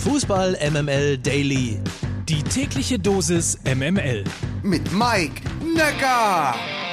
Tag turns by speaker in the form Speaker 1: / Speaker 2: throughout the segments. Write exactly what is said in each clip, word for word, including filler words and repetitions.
Speaker 1: Fußball M M L Daily.
Speaker 2: Die tägliche Dosis M M L.
Speaker 3: Mit Mike Nöcker.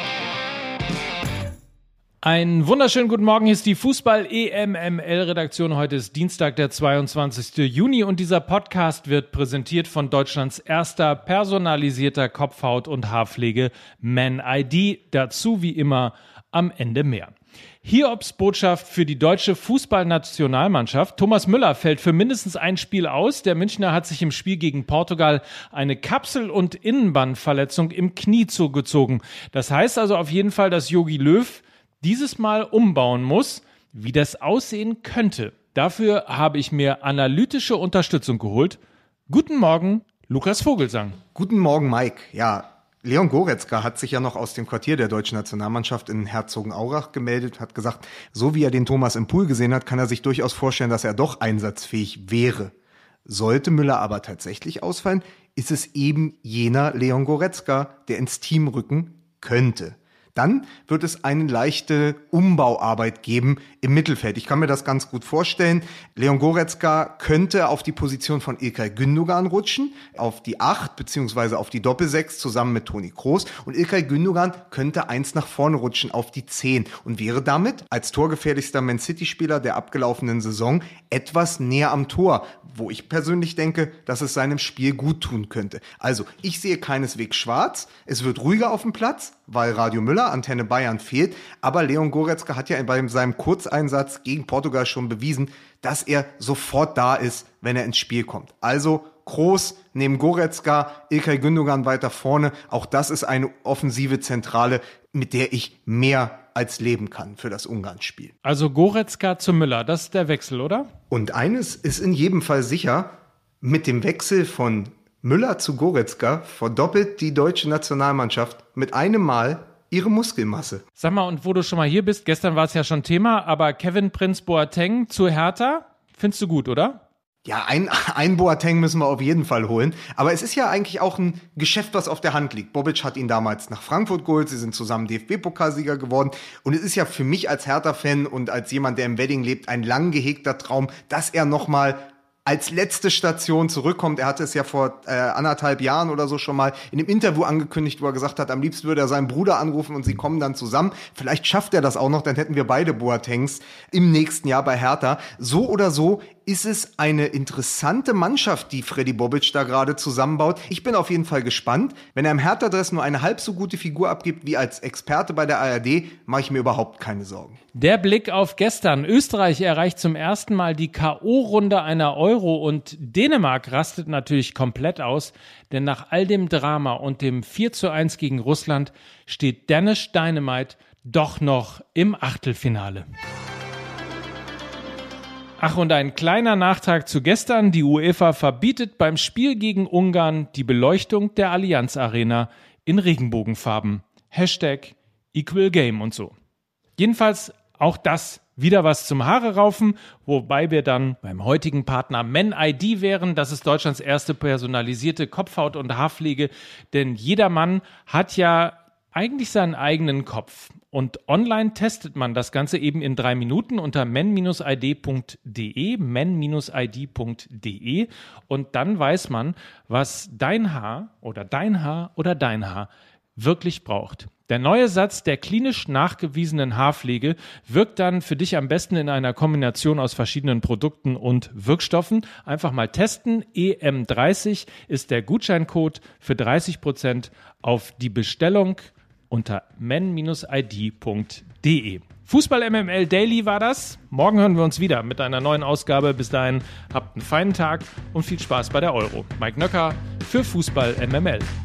Speaker 2: Einen wunderschönen guten Morgen, hier ist die Fußball-E M M L-Redaktion. Heute ist Dienstag, der zweiundzwanzigster Juni und dieser Podcast wird präsentiert von Deutschlands erster personalisierter Kopfhaut- und Haarpflege Man I D. Dazu wie immer am Ende mehr. Hiobs Botschaft für die deutsche Fußballnationalmannschaft. Thomas Müller fällt für mindestens ein Spiel aus. Der Münchner hat sich im Spiel gegen Portugal eine Kapsel- und Innenbandverletzung im Knie zugezogen. Das heißt also auf jeden Fall, dass Jogi Löw dieses Mal umbauen muss. Wie das aussehen könnte, dafür habe ich mir analytische Unterstützung geholt. Guten Morgen, Lukas Vogelsang.
Speaker 3: Guten Morgen, Mike. Ja, Leon Goretzka hat sich ja noch aus dem Quartier der deutschen Nationalmannschaft in Herzogenaurach gemeldet, hat gesagt, so wie er den Thomas im Pool gesehen hat, kann er sich durchaus vorstellen, dass er doch einsatzfähig wäre. Sollte Müller aber tatsächlich ausfallen, ist es eben jener Leon Goretzka, der ins Team rücken könnte. Dann wird es eine leichte Umbauarbeit geben im Mittelfeld. Ich kann mir das ganz gut vorstellen. Leon Goretzka könnte auf die Position von İlkay Gündoğan rutschen, auf die acht beziehungsweise auf die Doppelsechs zusammen mit Toni Kroos. Und İlkay Gündoğan könnte eins nach vorne rutschen auf die zehn und wäre damit als torgefährlichster Man-City-Spieler der abgelaufenen Saison etwas näher am Tor, wo ich persönlich denke, dass es seinem Spiel gut tun könnte. Also, ich sehe keineswegs schwarz. Es wird ruhiger auf dem Platz, weil Radio Müller, Antenne Bayern, fehlt. Aber Leon Goretzka hat ja bei seinem Kurzeinsatz gegen Portugal schon bewiesen, dass er sofort da ist, wenn er ins Spiel kommt. Also Kroos neben Goretzka, İlkay Gündoğan weiter vorne. Auch das ist eine offensive Zentrale, mit der ich mehr als leben kann für das Ungarn-Spiel.
Speaker 2: Also Goretzka zu Müller, das ist der Wechsel, oder?
Speaker 3: Und eines ist in jedem Fall sicher, mit dem Wechsel von Müller zu Goretzka verdoppelt die deutsche Nationalmannschaft mit einem Mal ihre Muskelmasse.
Speaker 2: Sag mal, und wo du schon mal hier bist, gestern war es ja schon Thema, aber Kevin Prince Boateng zu Hertha, findest du gut, oder?
Speaker 3: Ja, ein, ein Boateng müssen wir auf jeden Fall holen. Aber es ist ja eigentlich auch ein Geschäft, was auf der Hand liegt. Bobic hat ihn damals nach Frankfurt geholt. Sie sind zusammen D F B-Pokalsieger geworden. Und es ist ja für mich als Hertha-Fan und als jemand, der im Wedding lebt, ein lang gehegter Traum, dass er nochmal als letzte Station zurückkommt. Er hatte es ja vor äh, anderthalb Jahren oder so schon mal in dem Interview angekündigt, wo er gesagt hat, am liebsten würde er seinen Bruder anrufen und sie kommen dann zusammen. Vielleicht schafft er das auch noch, dann hätten wir beide Boatengs im nächsten Jahr bei Hertha. So oder so ist es eine interessante Mannschaft, die Freddy Bobic da gerade zusammenbaut. Ich bin auf jeden Fall gespannt. Wenn er im Hertha-Dress nur eine halb so gute Figur abgibt wie als Experte bei der A R D, mache ich mir überhaupt keine Sorgen.
Speaker 2: Der Blick auf gestern. Österreich erreicht zum ersten Mal die K O-Runde einer Euro und Dänemark rastet natürlich komplett aus, denn nach all dem Drama und dem vier zu eins gegen Russland steht Danish Dynamite doch noch im Achtelfinale. Ach, und ein kleiner Nachtrag zu gestern. Die UEFA verbietet beim Spiel gegen Ungarn die Beleuchtung der Allianz Arena in Regenbogenfarben. Hashtag Equal Game und so. Jedenfalls auch das wieder was zum Haare raufen, wobei wir dann beim heutigen Partner Man I D wären. Das ist Deutschlands erste personalisierte Kopfhaut- und Haarpflege, denn jeder Mann hat ja eigentlich seinen eigenen Kopf. Und online testet man das Ganze eben in drei Minuten unter men Bindestrich i d punkt d e, men Bindestrich i d punkt d e und dann weiß man, was dein Haar oder dein Haar oder dein Haar wirklich braucht. Der neue Satz der klinisch nachgewiesenen Haarpflege wirkt dann für dich am besten in einer Kombination aus verschiedenen Produkten und Wirkstoffen. Einfach mal testen. E M dreißig ist der Gutscheincode für dreißig Prozent auf die Bestellung unter men Bindestrich i d punkt d e. Fußball M M L Daily war das. Morgen hören wir uns wieder mit einer neuen Ausgabe. Bis dahin habt einen feinen Tag und viel Spaß bei der Euro. Mike Nöcker für Fußball M M L.